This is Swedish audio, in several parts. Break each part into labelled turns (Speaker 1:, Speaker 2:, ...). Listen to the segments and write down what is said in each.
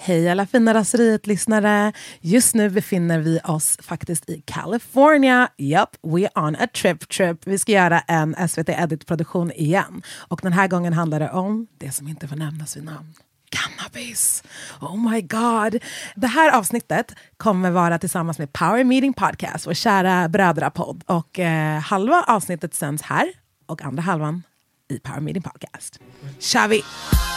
Speaker 1: Hej alla fina Raseriet-lyssnare. Just nu befinner vi oss faktiskt i California. Yup, we're on a trip. Vi ska göra en SVT Edit-produktion igen. Och den här gången handlar det om det som inte får nämnas vid namn. Cannabis. Oh my god. Det här avsnittet kommer vara tillsammans med Power Meeting Podcast, vår kära brödrapodd. Och halva avsnittet sänds här och andra halvan i Power Meeting Podcast. Kör vi!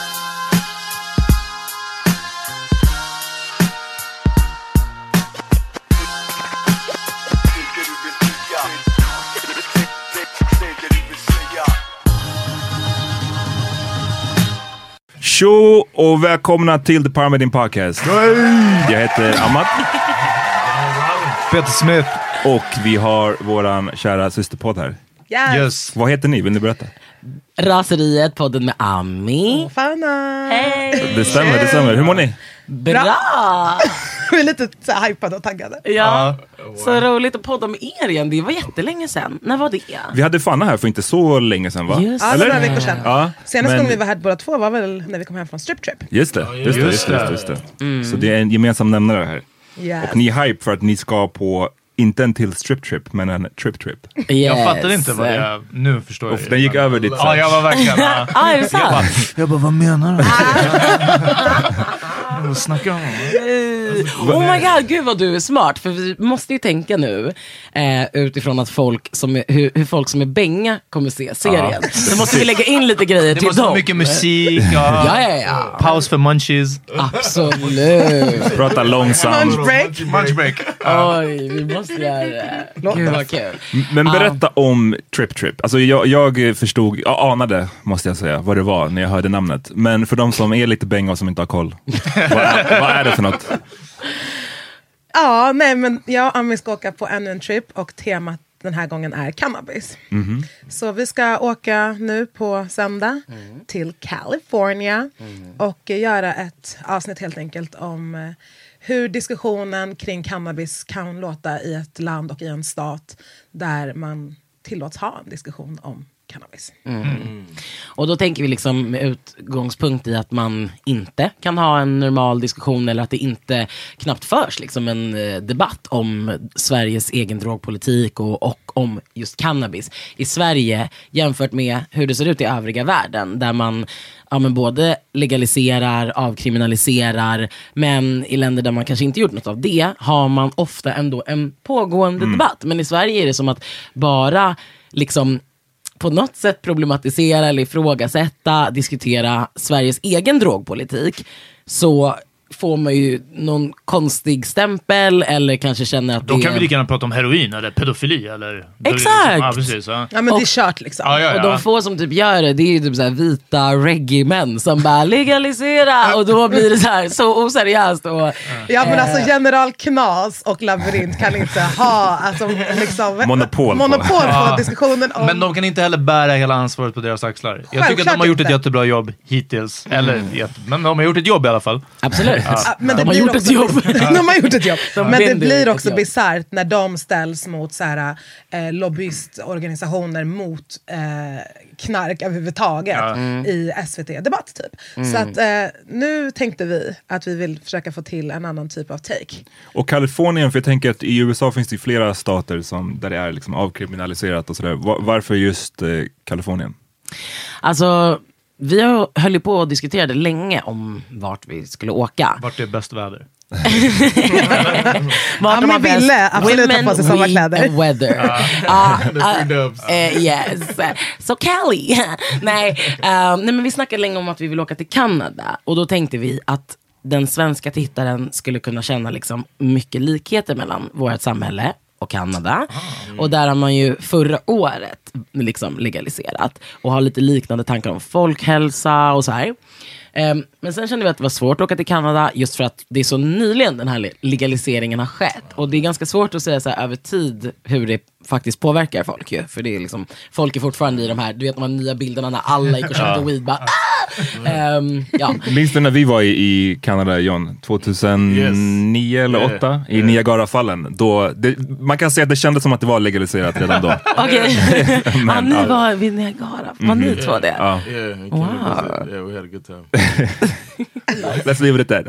Speaker 2: Tjo och välkomna till The Power Meeting Podcast. Jag heter Amat.
Speaker 3: Peter Smith.
Speaker 2: Och vi har våran kära systerpodd här.
Speaker 1: Yes.
Speaker 2: Vad heter ni? Vill ni berätta?
Speaker 4: Raseriet, podden med Ami.
Speaker 1: Fana.
Speaker 4: Hej!
Speaker 2: Det stämmer. Hur mår ni?
Speaker 4: Bra!
Speaker 1: Vi är lite så här hypade och taggade.
Speaker 4: Ja, så roligt att podda med er igen. Det var jättelänge sedan. När var det?
Speaker 2: Vi hade Fanna här för inte så länge sedan, va?
Speaker 4: Just
Speaker 1: Ja, det var några veckor sedan.
Speaker 2: Ja,
Speaker 1: Senast gången vi var här båda två var väl när vi kom hem från Strip Trip.
Speaker 2: Just det. Så det är en gemensam nämnare här.
Speaker 1: Yes.
Speaker 2: Och ni är hype för att ni ska på inte en till strip trip, men en trip.
Speaker 4: Yes.
Speaker 3: Jag fattade inte vad jag... Nu förstår jag.
Speaker 2: Och den gick över ditt.
Speaker 3: Ja, jag var verkligen...
Speaker 4: Är det sant?
Speaker 3: Jag bara, vad menar du? Vad snackar om?
Speaker 4: Oh my god, gud vad du är smart. För vi måste ju tänka nu utifrån att folk som är, hur folk som är bänga kommer se serien. Så måste vi lägga in lite grejer till dem.
Speaker 3: Det måste vara mycket musik.
Speaker 4: Ja.
Speaker 3: Paus för munchies.
Speaker 4: Absolut.
Speaker 2: Prata långsamt.
Speaker 3: Munch break.
Speaker 4: Oj, vi måste göra det. Gud vad kul.
Speaker 2: Men berätta om Trip. Alltså jag förstod, jag anade, måste jag säga, vad det var när jag hörde namnet. Men för de som är lite bänga och som inte har koll, vad är det för något?
Speaker 1: Ja, nej men jag och Ami ska åka på ännu en trip och temat den här gången är cannabis. Så vi ska åka nu på söndag till California och göra ett avsnitt helt enkelt om hur diskussionen kring cannabis kan låta i ett land och i en stat där man tillåts ha en diskussion om cannabis.
Speaker 4: Och då tänker vi liksom med utgångspunkt i att man inte kan ha en normal diskussion eller att det inte knappt förs liksom en debatt om Sveriges egen drogpolitik och om just cannabis i Sverige jämfört med hur det ser ut i övriga världen där man men både legaliserar, avkriminaliserar, men i länder där man kanske inte gjort något av det har man ofta ändå en pågående debatt. Men i Sverige är det som att bara liksom på något sätt problematisera eller ifrågasätta, diskutera Sveriges egen drogpolitik, så får man ju någon konstig stämpel eller kanske känner att
Speaker 3: då kan vi lika gärna prata om heroin eller pedofili eller...
Speaker 4: Exakt!
Speaker 3: Ja, precis. Ja.
Speaker 1: Ja, men det är kört liksom.
Speaker 3: Ja.
Speaker 4: Och de få som typ gör det är ju typ så här vita reggae-män som bara legalisera och då blir det så oseriöst och...
Speaker 1: Ja, men alltså General Knas och Labyrint kan inte ha alltså, liksom, monopol på diskussionen om...
Speaker 3: Men de kan inte heller bära hela ansvaret på deras axlar. Jag tycker att de har gjort ett jättebra jobb hittills. Men de har gjort ett jobb i alla fall.
Speaker 4: Absolut.
Speaker 1: Ja, men
Speaker 4: de har gjort ett jobb.
Speaker 1: De har gjort ett jobb. Men det blir också
Speaker 4: jobb.
Speaker 1: bizarrt när de ställs mot så här, lobbyistorganisationer mot knark överhuvudtaget i SVT-debatt typ. Så att nu tänkte vi att vi vill försöka få till en annan typ av take.
Speaker 2: Och Kalifornien, för jag tänker att i USA finns det flera stater där det är liksom avkriminaliserat och sådär. Varför just Kalifornien?
Speaker 4: Alltså... Vi höll ju på och diskuterade länge om vart vi skulle åka.
Speaker 3: Vart är bäst väder?
Speaker 1: Ja, men ville absolut ha på sig sommarkläder.
Speaker 4: Weather. Yes. So Cali. Nej, men vi snackade länge om att vi vill åka till Kanada. Och då tänkte vi att den svenska tittaren skulle kunna känna liksom mycket likheter mellan vårt samhälle och Kanada. Och där har man ju förra året liksom legaliserat och har lite liknande tankar om folkhälsa och så här. Men sen kände vi att det var svårt att åka till Kanada just för att det är så nyligen den här legaliseringen har skett. Och det är ganska svårt att säga så här över tid hur det faktiskt påverkar folk ju. För det är liksom, folk är fortfarande i de här, du vet de här nya bilderna när alla gick och köpte weed bara ja.
Speaker 2: Minns du när vi var i Kanada, John? 2009 eller 2008 i Niagarafallen. Då, man kan säga att det kändes som att det var legaliserat redan då.
Speaker 4: Okej. Ni var vid Niagara. Var ni två det?
Speaker 2: Ja.
Speaker 5: Yeah, we had a good time.
Speaker 2: Let's leave it at that.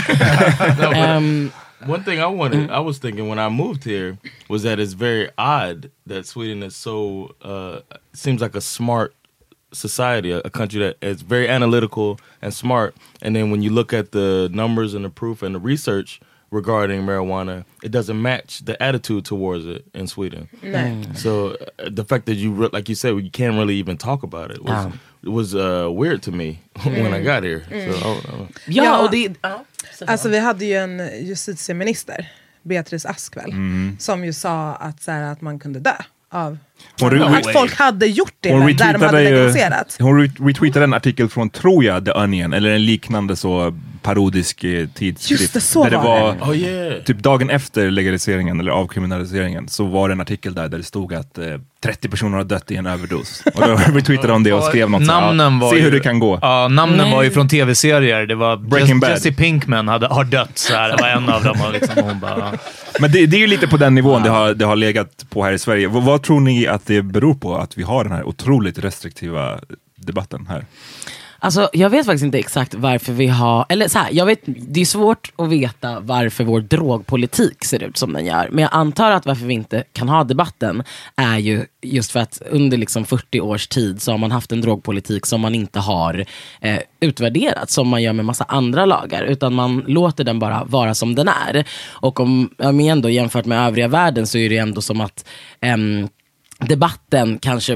Speaker 5: One thing I was thinking when I moved here was that it's very odd that Sweden is so seems like a smart society, a country that is very analytical and smart, and then when you look at the numbers and the proof and the research regarding marijuana, it doesn't match the attitude towards it in Sweden. So the fact that you, like you said, you can't really even talk about it was weird to me when I got here. So,
Speaker 1: alltså vi hade ju en justitieminister, Beatrice Ask väl, som ju sa att, så här, att man kunde dö av att folk hade gjort det där de hade legaliserat.
Speaker 2: Hon retweetade en artikel från, tror jag, The Onion, eller en liknande så parodisk tidskrift.
Speaker 1: Just det, så
Speaker 2: där
Speaker 1: var
Speaker 2: det. Typ dagen efter legaliseringen eller avkriminaliseringen så var det en artikel där det stod att 30 personer har dött i en överdos. Och då retweetade de det och skrev något så se hur det kan gå.
Speaker 3: Ja, namnen var ju från tv-serier. Det var Jesse Pinkman har dött så här. Det var en av dem och liksom hon bara...
Speaker 2: Men det är ju lite på den nivån det har legat på här i Sverige. Vad tror ni att det beror på att vi har den här otroligt restriktiva debatten här?
Speaker 4: Alltså, jag vet faktiskt inte exakt varför vi har... Eller så här, jag vet, det är svårt att veta varför vår drogpolitik ser ut som den gör. Men jag antar att varför vi inte kan ha debatten är ju just för att under liksom 40 års tid så har man haft en drogpolitik som man inte har utvärderat som man gör med massa andra lagar. Utan man låter den bara vara som den är. Och om ändå jämfört med övriga världen så är det ändå som att... debatten kanske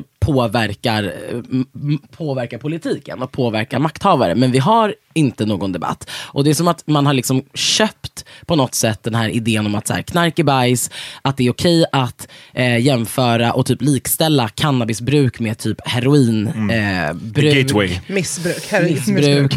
Speaker 4: påverkar politiken och påverkar makthavare, men vi har inte någon debatt. Och det är som att man har liksom köpt på något sätt den här idén om att så här, knark är bajs, att det är okej att jämföra och typ likställa cannabisbruk med typ heroinbruk.
Speaker 1: Missbruk.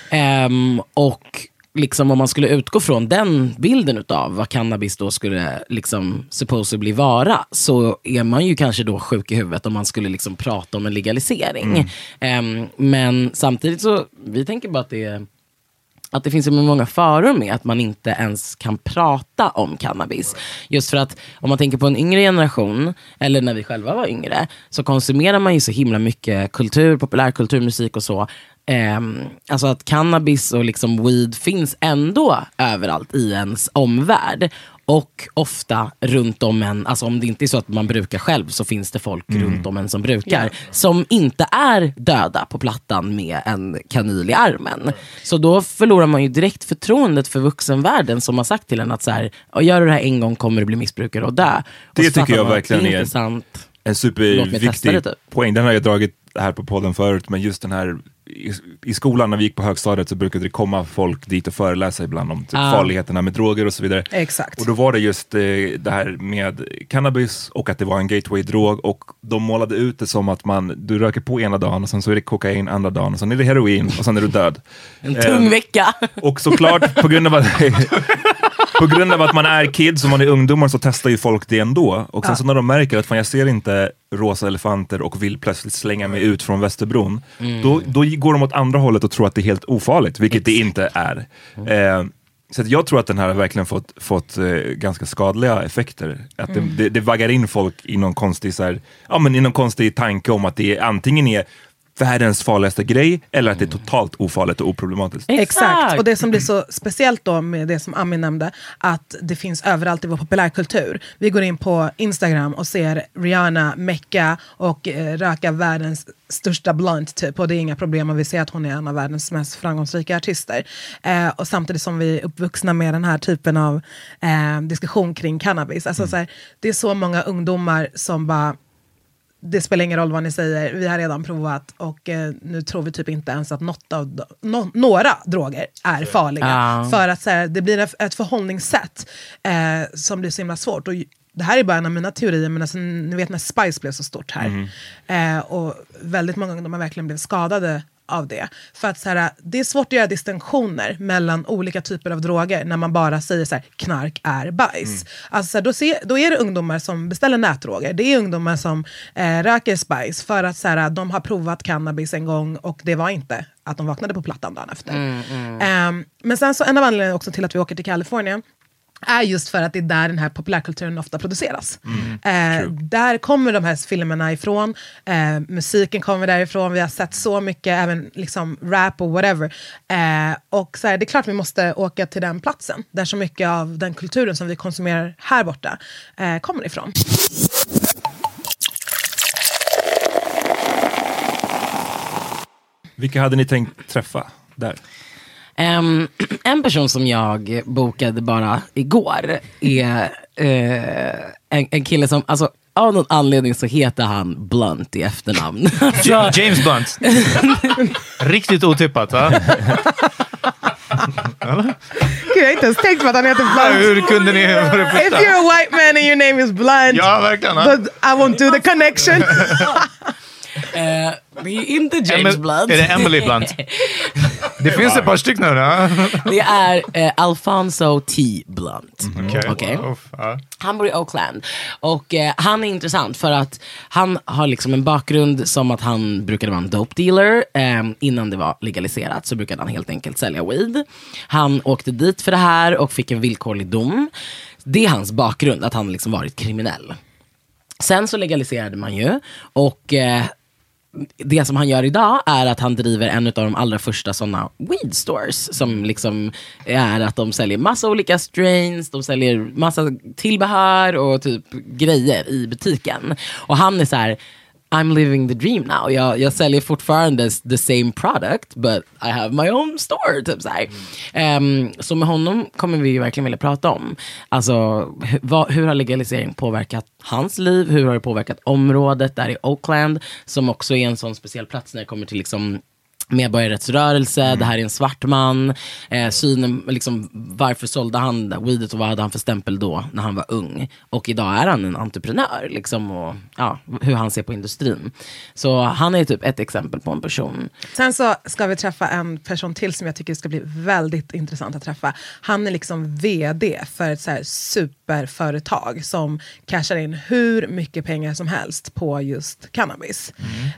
Speaker 4: Och liksom om man skulle utgå från den bilden utav vad cannabis då skulle liksom supposedly vara, så är man ju kanske då sjuk i huvudet om man skulle liksom prata om en legalisering. Men samtidigt så, vi tänker bara att det finns så många faror med att man inte ens kan prata om cannabis. Just för att om man tänker på en yngre generation, eller när vi själva var yngre, så konsumerar man ju så himla mycket kultur, populärkultur, musik och så. Alltså att cannabis och liksom weed finns ändå överallt i ens omvärld. Och ofta runt om en, alltså om det inte är så att man brukar själv, så finns det folk runt om en som brukar, som inte är döda på plattan med en kanyl i armen. Så då förlorar man ju direkt förtroendet för vuxenvärlden som har sagt till en att så här, gör du det här en gång kommer du bli missbrukare och dö.
Speaker 2: Det tycker jag verkligen är
Speaker 4: intressant.
Speaker 2: En superviktig poäng. Den har jag dragit här på podden förut, men just den här i skolan när vi gick på högstadiet så brukade det komma folk dit och föreläsa ibland om typ farligheterna med droger och så vidare.
Speaker 1: Exakt.
Speaker 2: Och då var det just det här med cannabis och att det var en gateway-drog, och de målade ut det som att du röker på ena dagen och sen så är det kokain andra dagen och sen är det heroin och sen är du död.
Speaker 4: En tung vecka.
Speaker 2: Och såklart på grund av att man är kids och man är ungdomar så testar ju folk det ändå. Och sen så när de märker att fan, jag ser inte rosa elefanter och vill plötsligt slänga mig ut från Västerbron, då går de åt andra hållet och tror att det är helt ofarligt, vilket det inte är. Så att jag tror att den här har verkligen fått ganska skadliga effekter. Att det vaggar in folk i någon konstig, så här, i någon konstig tanke om att det antingen är världens farligaste grej eller att det är totalt ofarligt och oproblematiskt.
Speaker 1: Exakt, och det som blir så speciellt då med det som Ami nämnde, att det finns överallt i vår populärkultur. Vi går in på Instagram och ser Rihanna mecka och röka världens största blunt typ, och det är inga problem, och vi ser att hon är en av världens mest framgångsrika artister. Och samtidigt som vi är uppvuxna med den här typen av diskussion kring cannabis. Alltså, så här, det är så många ungdomar som bara, det spelar ingen roll vad ni säger, vi har redan provat och nu tror vi typ inte ens att några droger är farliga. För att så här, det blir ett förhållningssätt som blir så himla svårt. Och det här är bara en av mina teorier, men alltså, ni vet när Spice blev så stort här. Och väldigt många ungdomar verkligen blev skadade av det. För att så här, det är svårt att göra distinktioner mellan olika typer av droger när man bara säger så här, knark är bajs. Alltså då är det ungdomar som beställer nätdroger. Det är ungdomar som röker Spice för att så här, de har provat cannabis en gång och det var inte att de vaknade på plattan dagen efter. Men sen så en av anledningarna också till att vi åker till Kalifornien är just för att det är där den här populärkulturen ofta produceras. Där kommer de här filmerna ifrån, musiken kommer därifrån, vi har sett så mycket, även liksom rap och whatever. Och så här, det är klart vi måste åka till den platsen, där så mycket av den kulturen som vi konsumerar här borta kommer ifrån.
Speaker 2: Vilka hade ni tänkt träffa där?
Speaker 4: En person som jag bokade bara igår är en kille som, alltså av någon anledning så heter han Blunt i efternamn.
Speaker 3: James Blunt. Riktigt otippat, va?
Speaker 1: Gud, jag har inte ens tänkt på att han heter Blunt.
Speaker 3: Hur kunde ni...
Speaker 1: If you're a white man and your name is Blunt,
Speaker 3: Ja, verkligen.
Speaker 1: but I won't do the connection.
Speaker 4: Det är inte James Blunt.
Speaker 3: Är det Emily Blunt? Det finns ett par stycken nu.
Speaker 4: Det är Alfonso T. Blunt.
Speaker 3: Okej.
Speaker 4: Han bor i Oakland. Och han är intressant för att han har liksom en bakgrund som att han brukade vara en dope dealer. Innan det var legaliserat så brukade han helt enkelt sälja weed. Han åkte dit för det här och fick en villkorlig dom. Det är hans bakgrund, att han liksom varit kriminell. Sen så legaliserade man ju och det som han gör idag är att han driver en av de allra första sådana weed stores som liksom är att de säljer massa olika strains, de säljer massa tillbehör och typ grejer i butiken. Och han är så här: I'm living the dream now. Jag säljer fortfarande the same product but I have my own store. Typ så här. Så med honom kommer vi ju verkligen vilja prata om. Alltså, hur har legalisering påverkat hans liv? Hur har det påverkat området där i Oakland? Som också är en sån speciell plats när det kommer till liksom medborgarrättsrörelse, det här är en svart man, synen, liksom, varför sålde han weedet och vad hade han för stämpel då när han var ung, och idag är han en entreprenör liksom, och ja, hur han ser på industrin. Så han är typ ett exempel på en person.
Speaker 1: Sen så ska vi träffa en person till som jag tycker ska bli väldigt intressant att träffa. Han är liksom vd för ett så här superföretag som cashar in hur mycket pengar som helst på just cannabis.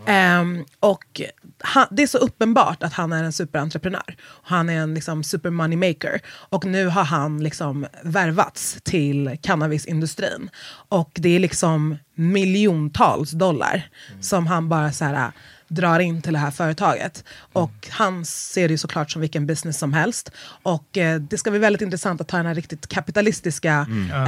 Speaker 1: Och det är så uppenbart att han är en superentreprenör. Han är en liksom super money maker. Och nu har han liksom värvats till cannabisindustrin. Och det är liksom miljontals dollar som han bara så här drar in till det här företaget. Och han ser det ju såklart som vilken business som helst. Och det ska bli väldigt intressant att ta den här riktigt kapitalistiska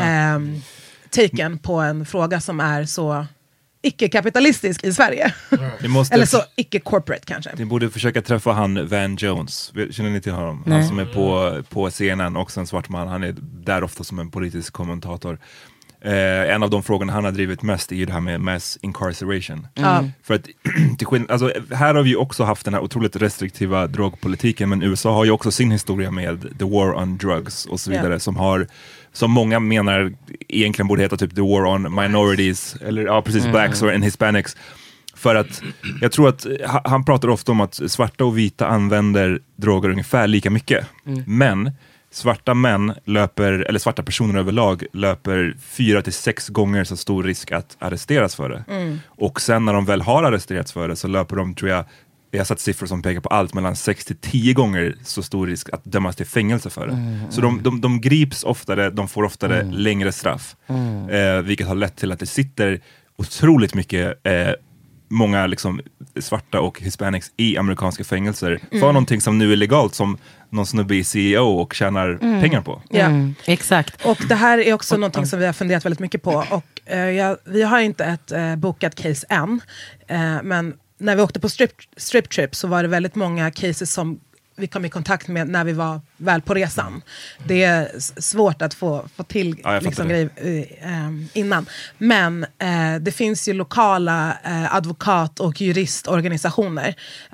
Speaker 1: taken på en fråga som är så icke-kapitalistisk i Sverige. Eller så icke-corporate kanske.
Speaker 2: Ni borde försöka träffa han Van Jones. Känner ni till honom?
Speaker 4: Nej.
Speaker 2: Han som är på scenen, också en svart man. Han är där ofta som en politisk kommentator. En av de frågorna han har drivit mest är ju det här med mass incarceration. För att alltså, här har vi ju också haft den här otroligt restriktiva drogpolitiken, men USA har ju också sin historia med the war on drugs och så vidare, som många menar egentligen borde heta typ the war on minorities, eller precis, blacks and hispanics. För att jag tror att han pratar ofta om att svarta och vita använder droger ungefär lika mycket. Men svarta män eller svarta personer överlag löper 4 till 6 gånger så stor risk att arresteras för det. Och sen när de väl har arresterats för det så löper de, tror jag har satt siffror som pekar på allt mellan 6 till 10 gånger så stor risk att dömas till fängelse för det. Så de grips oftare, de får oftare längre straff. Vilket har lett till att det sitter otroligt mycket många liksom svarta och hispanics i amerikanska fängelser för någonting som nu är legalt, som någon snubbe i CEO och tjänar pengar på.
Speaker 4: Exakt.
Speaker 1: Och det här är också någonting som vi har funderat väldigt mycket på. Och vi har inte ett bokat case än. Men när vi åkte på strip trip så var det väldigt många cases som vi kom i kontakt med när vi var väl på resan. Det är svårt att få till liksom grejer innan. Men det finns ju lokala advokat- och juristorganisationer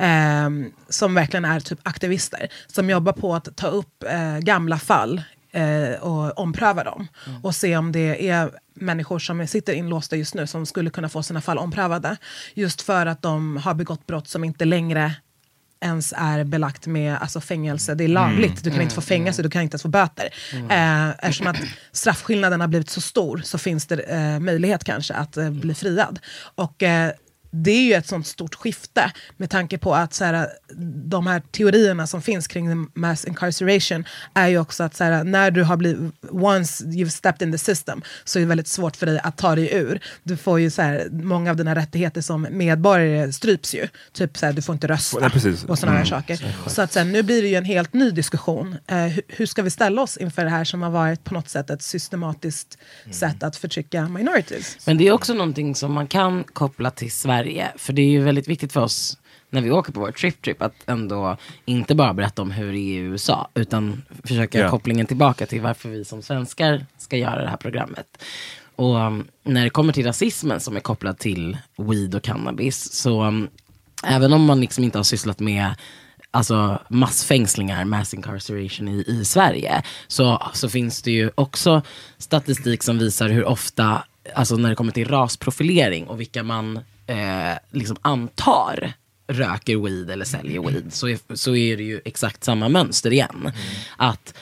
Speaker 1: som verkligen är typ aktivister som jobbar på att ta upp gamla fall och ompröva dem. Och se om det är människor som sitter inlåsta just nu som skulle kunna få sina fall omprövade. Just för att de har begått brott som inte längre ens är belagt med alltså fängelse. Det är lagligt. Du kan inte få fängelse, du kan inte ens få böter. Eftersom att straffskillnaden har blivit så stor så finns det möjlighet kanske att bli friad. Och det är ju ett sånt stort skifte med tanke på att så här, de här teorierna som finns kring mass incarceration är ju också att så här, när du har blivit, once you've stepped in the system, så är det väldigt svårt för dig att ta dig ur. Du får ju så här, många av dina rättigheter som medborgare stryps ju. Typ så här, du får inte rösta och sådana här saker. Så att sen, nu blir det ju en helt ny diskussion. Hur ska vi ställa oss inför det här som har varit på något sätt ett systematiskt sätt att förtrycka minorities?
Speaker 4: Men det är också någonting som man kan koppla till Sverige. För det är ju väldigt viktigt för oss när vi åker på vår trip att ändå inte bara berätta om hur det är i USA, utan försöka kopplingen tillbaka till varför vi som svenskar ska göra det här programmet. Och när det kommer till rasismen som är kopplad till weed och cannabis, så även om man liksom inte har sysslat med alltså massfängslingar, mass incarceration i Sverige, så finns det ju också statistik som visar hur ofta, alltså när det kommer till rasprofilering och vilka man liksom antar röker weed eller säljer weed, så är det ju exakt samma mönster igen. Att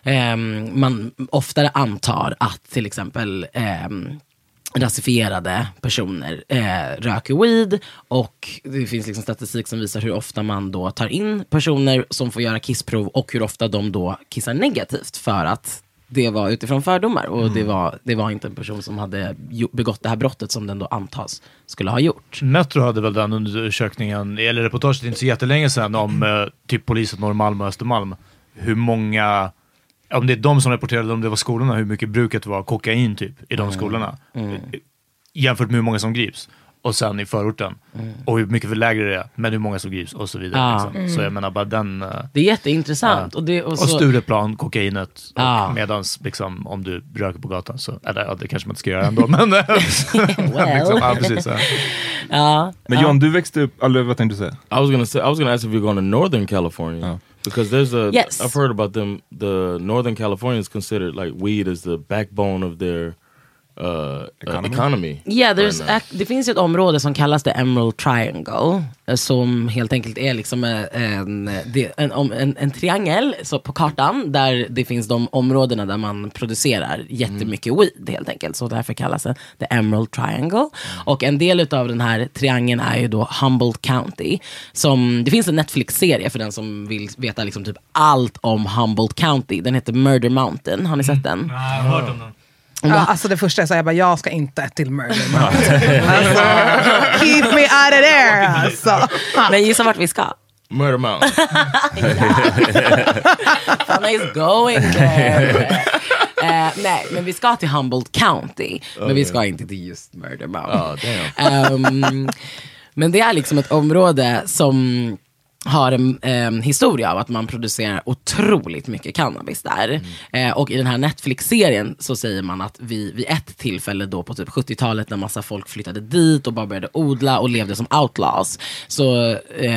Speaker 4: man oftare antar att till exempel rasifierade personer röker weed, och det finns liksom statistik som visar hur ofta man då tar in personer som får göra kissprov och hur ofta de då kissar negativt för att det var utifrån fördomar och det var inte en person som hade begått det här brottet som den då antas skulle ha gjort.
Speaker 3: Metro hade väl den undersökningen, eller reportaget inte så jättelänge sedan om typ polisen Norrmalm och Östermalm. Hur många, om det är de som rapporterade, om det var skolorna, hur mycket bruket var kokain typ i de skolorna. Jämfört med hur många som grips. Och sen i förorten. Och hur mycket för lägre det är, men hur många som grips och så vidare. Liksom. Så jag menar bara den...
Speaker 4: det är jätteintressant.
Speaker 3: Och Stureplan, kokainet. Medans liksom, om du röker på gatan så... Eller det kanske man inte ska göra ändå, men... liksom, precis.
Speaker 2: Men John, du växte upp... Eller vad tänkte du säga?
Speaker 5: I was gonna ask if you're going to Northern California. Because there's I've heard about them. The Northern Californians considered like weed as the backbone of their economy.
Speaker 4: Yeah, det finns ett område som kallas the Emerald Triangle, som helt enkelt är liksom en triangel så på kartan där det finns de områdena där man producerar jättemycket weed helt enkelt, så därför kallas det the Emerald Triangle. Och en del av den här triangeln är ju då Humboldt County, som det finns en Netflix-serie för den som vill veta liksom typ allt om Humboldt County. Den heter Murder Mountain. Har ni sett den?
Speaker 3: Nej, jag har hört om den.
Speaker 1: Ja, alltså det första jag sa, jag ska inte till Murder Mountain. Alltså, keep me out of there. Alltså.
Speaker 4: Men gissa vart vi ska.
Speaker 5: Murder Mountain.
Speaker 4: Fanna is going there. Nej, men vi ska till Humboldt County. Men vi ska inte till just Murder Mountain. Men det är liksom ett område som har en historia av att man producerar otroligt mycket cannabis där. Och i den här Netflix-serien så säger man att vid ett tillfälle då på typ 70-talet när massa folk flyttade dit och bara började odla och levde som outlaws, så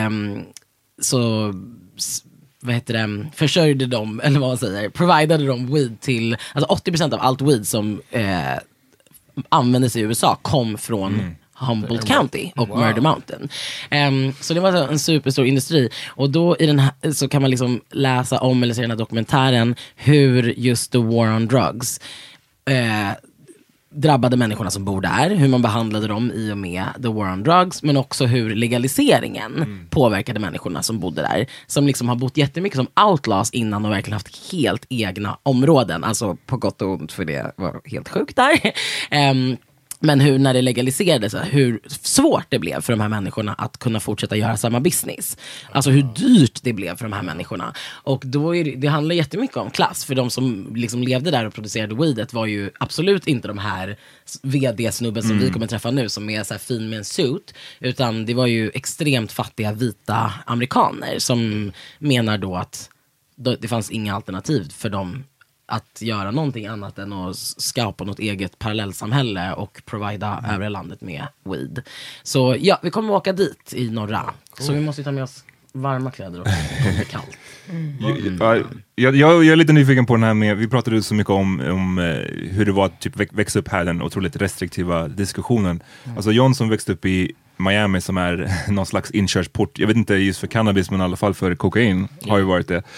Speaker 4: vad heter det, försörjde de, eller vad man säger, providade de weed till, alltså 80% av allt weed som användes i USA kom från Humboldt County och Murder Mountain. Så det var en superstor industri. Och då i den här, så kan man liksom läsa om eller se den här dokumentären hur just the war on drugs drabbade människorna som bor där, hur man behandlade dem i och med the war on drugs, men också hur legaliseringen påverkade människorna som bodde där, som liksom har bott jättemycket som outlaws innan och verkligen haft helt egna områden, alltså på gott och ont, för det var helt sjukt där. Men hur, när det legaliserades, hur svårt det blev för de här människorna att kunna fortsätta göra samma business. Alltså hur dyrt det blev för de här människorna. Och då det handlar jättemycket om klass. För de som liksom levde där och producerade weedet var ju absolut inte de här vd-snubben som vi kommer träffa nu, som är så här fin med en suit. Utan det var ju extremt fattiga vita amerikaner som menar då att det fanns inga alternativ för dem att göra någonting annat än att skapa något eget parallellsamhälle och provida övriga landet med weed. Så ja, vi kommer åka dit i norra. Cool. Så vi måste ta med oss varma kläder och det är kallt.
Speaker 2: Jag är lite nyfiken på den här med, vi pratade så mycket om hur det var att typ växa upp här, den otroligt restriktiva diskussionen. Alltså John som växte upp i Miami som är någon slags inkörsport, jag vet inte just för cannabis men i alla fall för kokain har ju varit det.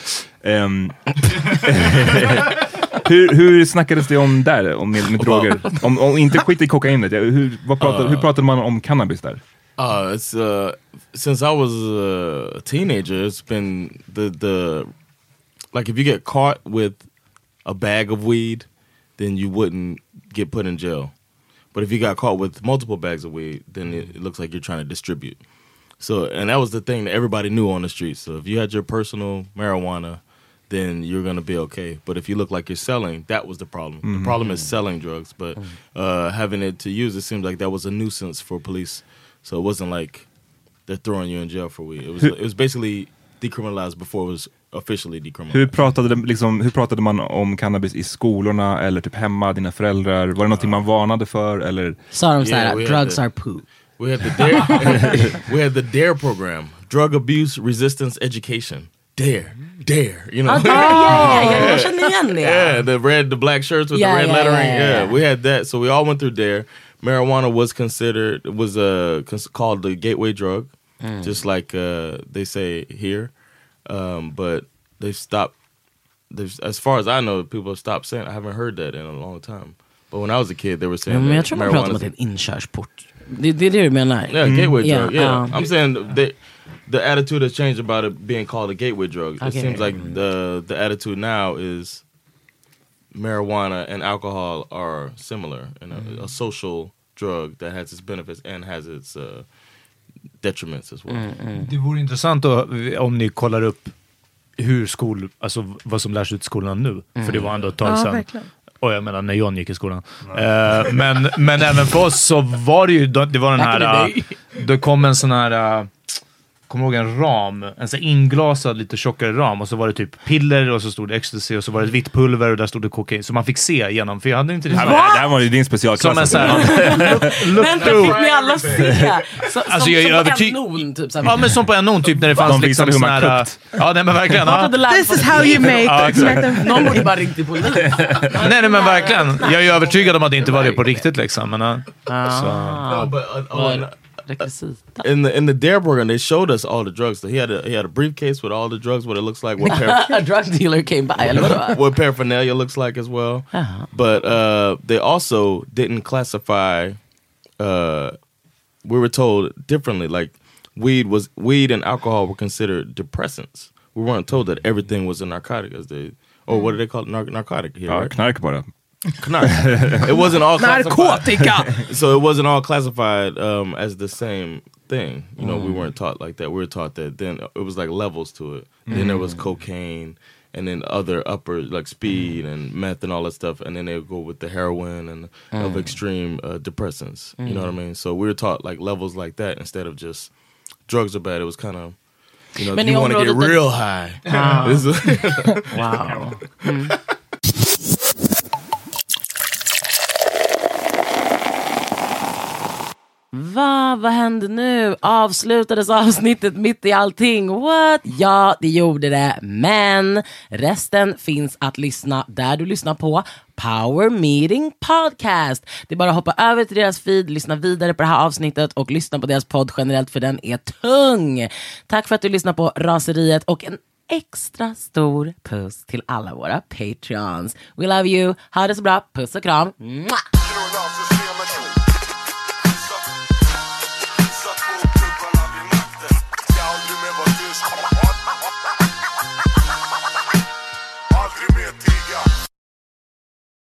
Speaker 2: Hur snackades det om där, med droger? Om inte skit i kokainet, hur pratade man om cannabis där?
Speaker 5: It's since I was a teenager, it's been the like if you get caught with a bag of weed, then you wouldn't get put in jail. But if you got caught with multiple bags of weed, then it looks like you're trying to distribute. So, and that was the thing that everybody knew on the street. So if you had your personal marijuana, then you're going to be okay. But if you look like you're selling, that was the problem. The problem is selling drugs. But having it to use, it seemed like that was a nuisance for police. So it wasn't like they're throwing you in jail for weed. It was basically decriminalized before it was officially decriminalized.
Speaker 2: Hur pratade man om cannabis i skolorna eller typ hemma, dina föräldrar? Var det någonting man varnade för? Eller?
Speaker 4: Sa de såhär, drugs are poo?
Speaker 5: We had the DARE, we had the DARE program, Drug Abuse Resistance Education. DARE, you know.
Speaker 4: Jag känner igen det.
Speaker 5: Yeah, the black shirts with the red lettering. Yeah, we had that. So we all went through DARE. Marijuana was called the gateway drug, just like they say here. But they've stopped. As far as I know, people have stopped saying. I haven't heard that in a long time. But when I was a kid, they were saying.
Speaker 4: Men jag tror man pratar om att det är en inkörsport. Det är det du menar?
Speaker 5: Yeah, gateway drug. Yeah, I'm saying the attitude has changed about it being called a gateway drug. Okay. It seems like the attitude now is marijuana and alcohol are similar, and a social drug that has its benefits and has its detriments as well.
Speaker 3: Det vore intressant om ni kollar upp alltså vad som lärs ut i skolan nu, för det var ändå ett tag sedan.
Speaker 1: Verkligen.
Speaker 3: Och jag menar när John gick i skolan. Men även för oss så var det ju, det var den här, det kom en sån här, kommer ihåg en ram, en sån inglasad lite tjockare ram, och så var det typ piller och så stod det ecstasy och så var det ett vitt pulver och där stod det kokain, så man fick se igenom, för jag hade inte det.
Speaker 2: Det här var ju din specialklass.
Speaker 3: Som en sån här look
Speaker 4: through. Fick ni alla se?
Speaker 3: Alltså jag är
Speaker 4: övertygad typ,
Speaker 3: ja, men som på en typ när det fanns liksom sån här. Ja, nej men verkligen.
Speaker 1: This is how you make.
Speaker 4: Någon borde bara ringt till polisen.
Speaker 3: Nej men verkligen. Jag är ju övertygad om att det inte var det på riktigt liksom, men
Speaker 5: in the DARE program, they showed us all the drugs. So he had a briefcase with all the drugs, what it looks like.
Speaker 4: A drug dealer came by.
Speaker 5: What paraphernalia looks like as well. But they also didn't classify. We were told differently. Like weed and alcohol were considered depressants. We weren't told that everything was a narcotic, or what do they call it? Narcotic here? Right?
Speaker 2: Knark bara.
Speaker 5: It wasn't all
Speaker 1: classified.
Speaker 5: So it wasn't all classified as the same thing. You know, we weren't taught like that. We were taught that then it was like levels to it. Then there was cocaine, and then other upper like speed and meth and all that stuff, and then they would go with the heroin and of extreme depressants. You know what I mean? So we were taught like levels like that instead of just drugs are bad. It was kind of, you know, you want to get real high.
Speaker 4: Wow. Vad hände nu? Avslutades avsnittet mitt i allting? What? Ja, det gjorde det. Men resten finns att lyssna där du lyssnar på Power Meeting Podcast. Det är bara att hoppa över till deras feed, lyssna vidare på det här avsnittet och lyssna på deras podd generellt, för den är tung. Tack för att du lyssnar på Raseriet, och en extra stor puss till alla våra Patreons. We love you. Ha det så bra. Puss och kram. Mwah!